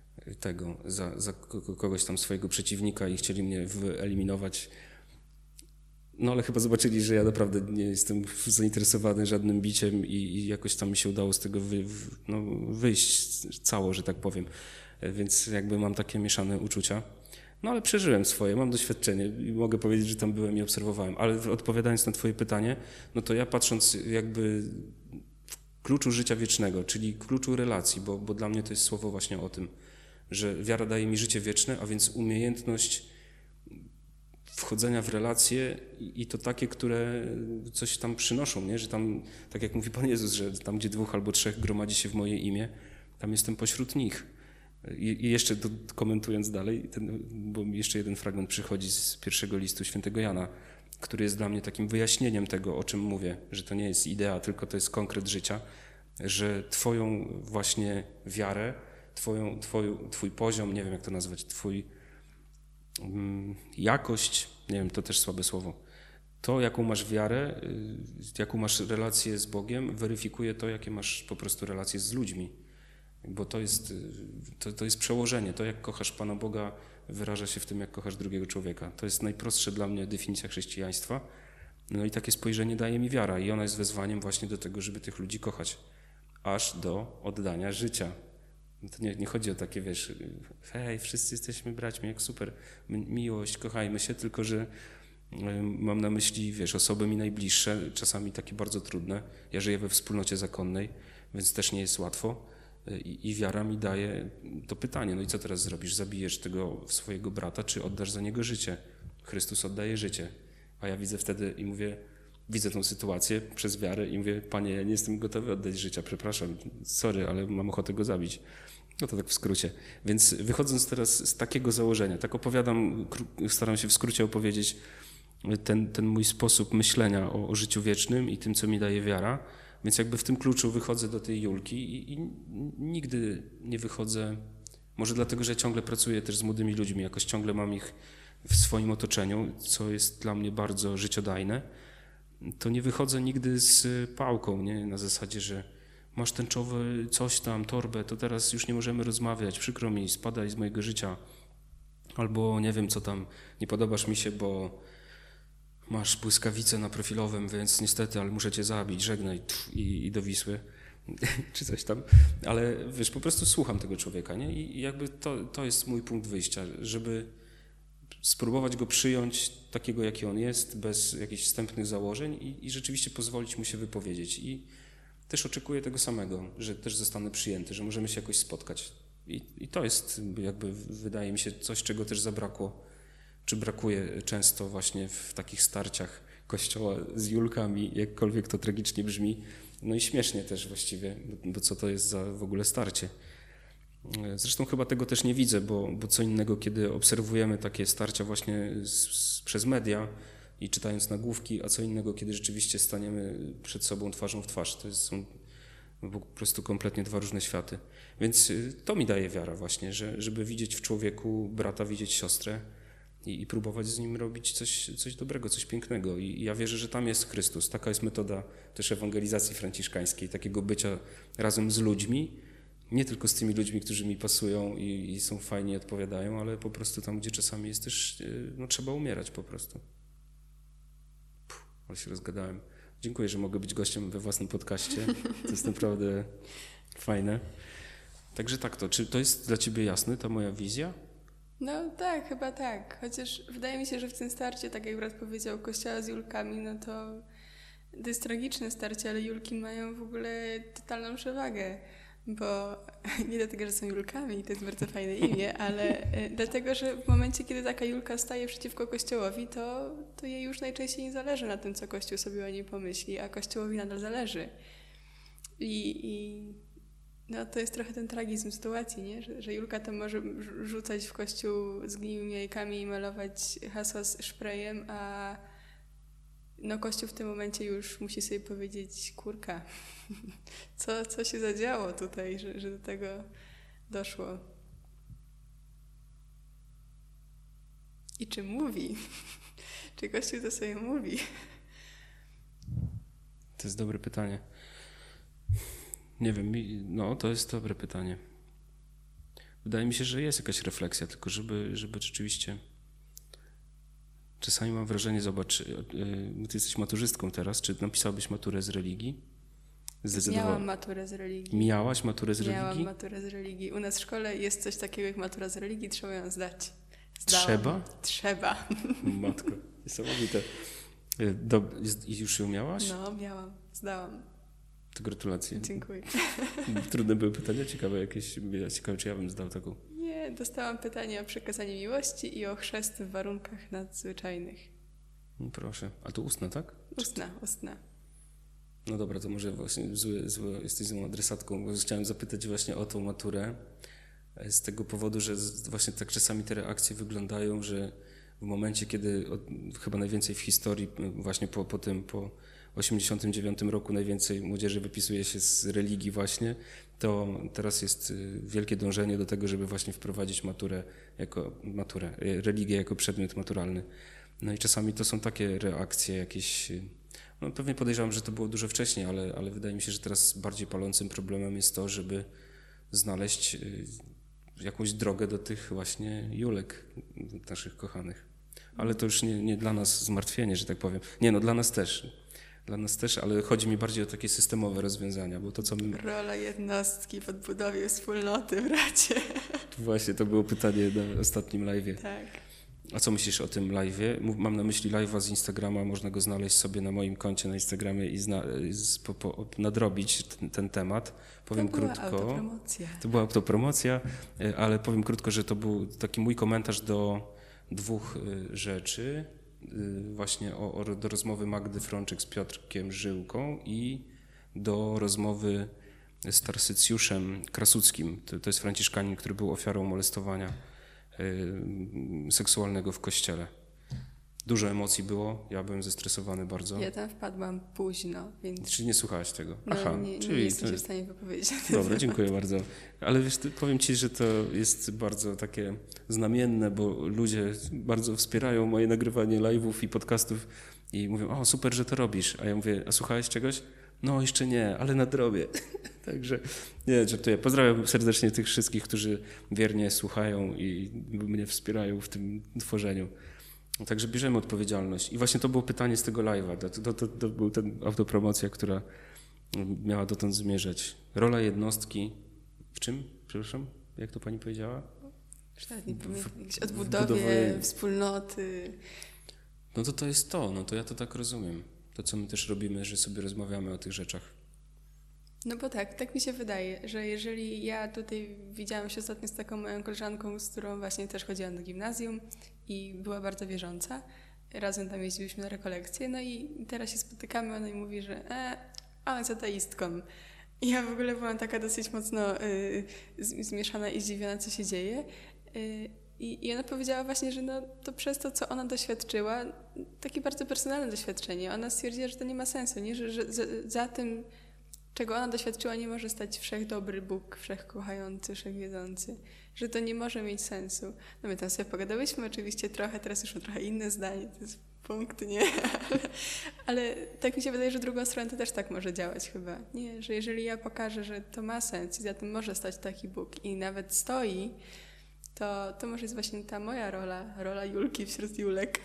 kogoś tam swojego przeciwnika i chcieli mnie wyeliminować. No ale chyba zobaczyli, że ja naprawdę nie jestem zainteresowany żadnym biciem i jakoś tam mi się udało z tego wyjść cało, że tak powiem. Więc jakby mam takie mieszane uczucia. No ale przeżyłem swoje, mam doświadczenie i mogę powiedzieć, że tam byłem i obserwowałem. Ale odpowiadając na twoje pytanie, no to ja patrząc jakby w kluczu życia wiecznego, czyli kluczu relacji, bo dla mnie to jest słowo właśnie o tym, że wiara daje mi życie wieczne, a więc umiejętność wchodzenia w relacje i to takie, które coś tam przynoszą, nie? Że tam, tak jak mówi Pan Jezus, że tam, gdzie 2 albo 3 gromadzi się w moje imię, tam jestem pośród nich. I jeszcze komentując dalej, bo jeszcze jeden fragment przychodzi z pierwszego listu świętego Jana, który jest dla mnie takim wyjaśnieniem tego, o czym mówię, że to nie jest idea, tylko to jest konkret życia, że twoją właśnie wiarę, twój poziom, nie wiem jak to nazwać, jakość, nie wiem, to też słabe słowo, to jaką masz wiarę, jaką masz relację z Bogiem, weryfikuje to, jakie masz po prostu relacje z ludźmi. Bo to jest przełożenie. To, jak kochasz Pana Boga, wyraża się w tym, jak kochasz drugiego człowieka. To jest najprostsza dla mnie definicja chrześcijaństwa. No i takie spojrzenie daje mi wiara i ona jest wezwaniem właśnie do tego, żeby tych ludzi kochać. Aż do oddania życia. To nie chodzi o takie, wiesz, hej, wszyscy jesteśmy braćmi, jak super, miłość, kochajmy się, tylko że mam na myśli, wiesz, osoby mi najbliższe, czasami takie bardzo trudne. Ja żyję we wspólnocie zakonnej, więc też nie jest łatwo. I wiara mi daje to pytanie, no i co teraz zrobisz? Zabijesz tego swojego brata, czy oddasz za niego życie? Chrystus oddaje życie. A ja widzę wtedy i mówię, widzę tą sytuację przez wiarę i mówię, Panie, ja nie jestem gotowy oddać życia, przepraszam, sorry, ale mam ochotę go zabić. No to tak w skrócie. Więc wychodząc teraz z takiego założenia, tak opowiadam, staram się w skrócie opowiedzieć ten mój sposób myślenia o życiu wiecznym i tym, co mi daje wiara. Więc jakby w tym kluczu wychodzę do tej Julki i nigdy nie wychodzę, może dlatego, że ciągle pracuję też z młodymi ludźmi, jakoś ciągle mam ich w swoim otoczeniu, co jest dla mnie bardzo życiodajne, to nie wychodzę nigdy z pałką, nie? Na zasadzie, że masz tęczowy coś tam, torbę, to teraz już nie możemy rozmawiać, przykro mi, spadaj z mojego życia, albo nie wiem co tam, nie podobasz mi się, bo masz błyskawicę na profilowym, więc niestety, ale muszę cię zabić, żegnaj i do Wisły, czy coś tam. Ale wiesz, po prostu słucham tego człowieka, nie? I jakby to jest mój punkt wyjścia, żeby spróbować go przyjąć takiego, jaki on jest, bez jakichś wstępnych założeń i rzeczywiście pozwolić mu się wypowiedzieć. I też oczekuję tego samego, że też zostanę przyjęty, że możemy się jakoś spotkać. I to jest jakby, wydaje mi się, coś, czego też zabrakło, czy brakuje często właśnie w takich starciach Kościoła z Julkami, jakkolwiek to tragicznie brzmi, no i śmiesznie też właściwie, bo co to jest za w ogóle starcie. Zresztą chyba tego też nie widzę, bo co innego, kiedy obserwujemy takie starcia właśnie przez media i czytając nagłówki, a co innego, kiedy rzeczywiście staniemy przed sobą twarzą w twarz. To są po prostu kompletnie dwa różne światy. Więc to mi daje wiara właśnie, żeby widzieć w człowieku brata, widzieć siostrę, i próbować z nim robić coś dobrego, coś pięknego. I ja wierzę, że tam jest Chrystus. Taka jest metoda też ewangelizacji franciszkańskiej, takiego bycia razem z ludźmi, nie tylko z tymi ludźmi, którzy mi pasują i są fajni, odpowiadają, ale po prostu tam, gdzie czasami jest też, no trzeba umierać po prostu. Ale się rozgadałem. Dziękuję, że mogę być gościem we własnym podcaście. To jest naprawdę fajne. Także tak czy to jest dla ciebie jasne, ta moja wizja? No tak, chyba tak. Chociaż wydaje mi się, że w tym starcie, tak jak brat powiedział, Kościoła z Julkami, no to jest tragiczne starcie, ale Julki mają w ogóle totalną przewagę. Bo nie dlatego, że są Julkami, to jest bardzo fajne imię, ale dlatego, że w momencie, kiedy taka Julka staje przeciwko Kościołowi, to jej już najczęściej nie zależy na tym, co Kościół sobie o niej pomyśli, a Kościołowi nadal zależy. No to jest trochę ten tragizm sytuacji, nie? Że Julka to może rzucać w Kościół zgniłymi jajkami i malować hasła z szprejem, a no Kościół w tym momencie już musi sobie powiedzieć, kurka, co się zadziało tutaj, że do tego doszło. I czy mówi? Czy Kościół to sobie mówi? To jest dobre pytanie. Nie wiem, no to jest dobre pytanie. Wydaje mi się, że jest jakaś refleksja, tylko żeby rzeczywiście... Czasami mam wrażenie, zobacz, ty jesteś maturzystką teraz, czy napisałabyś maturę z religii? Miałam maturę z religii. Miałaś maturę z religii? Miałam maturę z religii. U nas w szkole jest coś takiego jak matura z religii, trzeba ją zdać. Trzeba? Trzeba. Matko, niesamowite. I już ją miałaś? No, miałam. Zdałam. To gratulacje. Dziękuję. Trudne były pytania, ciekawe jakieś, ciekawe czy ja bym zdał taką. Nie, dostałam pytanie o przekazanie miłości i o chrzest w warunkach nadzwyczajnych. No proszę. A to ustna, tak? Ustna. No dobra, to może właśnie jesteś złą adresatką, bo chciałem zapytać właśnie o tą maturę z tego powodu, że właśnie tak czasami te reakcje wyglądają, że w momencie, kiedy chyba najwięcej w historii właśnie po 1989 roku najwięcej młodzieży wypisuje się z religii właśnie, to teraz jest wielkie dążenie do tego, żeby właśnie wprowadzić religię jako przedmiot maturalny. No i czasami to są takie reakcje jakieś, no pewnie podejrzewam, że to było dużo wcześniej, ale wydaje mi się, że teraz bardziej palącym problemem jest to, żeby znaleźć jakąś drogę do tych właśnie Julek naszych kochanych. Ale to już nie dla nas zmartwienie, że tak powiem. Nie, no dla nas też. Dla nas też, ale chodzi mi bardziej o takie systemowe rozwiązania, bo to co my... Rola jednostki w odbudowie wspólnoty, bracie. Właśnie, to było pytanie na ostatnim live'ie. Tak. A co myślisz o tym live'ie? Mam na myśli live'a z Instagrama, można go znaleźć sobie na moim koncie na Instagramie i nadrobić ten temat. Powiem krótko. Autopromocja. To była autopromocja, ale powiem krótko, że to był taki mój komentarz do 2 rzeczy. Właśnie do rozmowy Magdy Frączyk z Piotrkiem Żyłką i do rozmowy z Tarsycjuszem Krasuckim. To jest franciszkanin, który był ofiarą molestowania seksualnego w kościele. Dużo emocji było, ja byłem zestresowany bardzo. Ja tam wpadłam późno, więc... Czyli nie słuchałaś tego? No, aha, nie jestem się w stanie wypowiedzieć. Dobra, dziękuję bardzo. Ale wiesz, powiem Ci, że to jest bardzo takie znamienne, bo ludzie bardzo wspierają moje nagrywanie live'ów i podcastów i mówią, o super, że to robisz. A ja mówię, a słuchałeś czegoś? No jeszcze nie, ale nadrobię. Także nie, żartuję. Pozdrawiam serdecznie tych wszystkich, którzy wiernie słuchają i mnie wspierają w tym tworzeniu. Także bierzemy odpowiedzialność. I właśnie to było pytanie z tego live'a. To był ten autopromocja, która miała dotąd zmierzać. Rola jednostki w czym? Przepraszam, jak to pani powiedziała? W odbudowie wspólnoty. No to jest to. No to ja to tak rozumiem. To, co my też robimy, że sobie rozmawiamy o tych rzeczach. No bo tak mi się wydaje, że jeżeli ja tutaj widziałam się ostatnio z taką moją koleżanką, z którą właśnie też chodziłam do gimnazjum i była bardzo wierząca, razem tam jeździliśmy na rekolekcje, no i teraz się spotykamy, ona mi mówi, że ona jest ateistką. I ja w ogóle byłam taka dosyć mocno zmieszana i zdziwiona, co się dzieje. I ona powiedziała właśnie, że no, to przez to, co ona doświadczyła, takie bardzo personalne doświadczenie, ona stwierdziła, że to nie ma sensu, nie? Że za tym, czego ona doświadczyła, nie może stać wszechdobry Bóg, wszechkochający, wszechwiedzący, że to nie może mieć sensu. No my tam sobie pogadałyśmy oczywiście trochę, teraz już mam trochę inne zdanie, to jest punkt, nie? Ale tak mi się wydaje, że drugą stronę to też tak może działać chyba, nie? Że jeżeli ja pokażę, że to ma sens i za tym może stać taki Bóg i nawet stoi, to może jest właśnie ta moja rola Julki wśród Julek.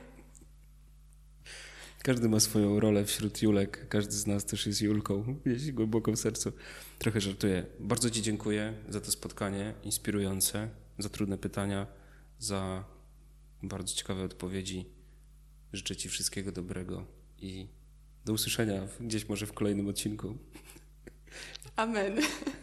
Każdy ma swoją rolę wśród Julek, każdy z nas też jest Julką, gdzieś głęboko w sercu. Trochę żartuję. Bardzo Ci dziękuję za to spotkanie inspirujące, za trudne pytania, za bardzo ciekawe odpowiedzi. Życzę Ci wszystkiego dobrego i do usłyszenia gdzieś może w kolejnym odcinku. Amen.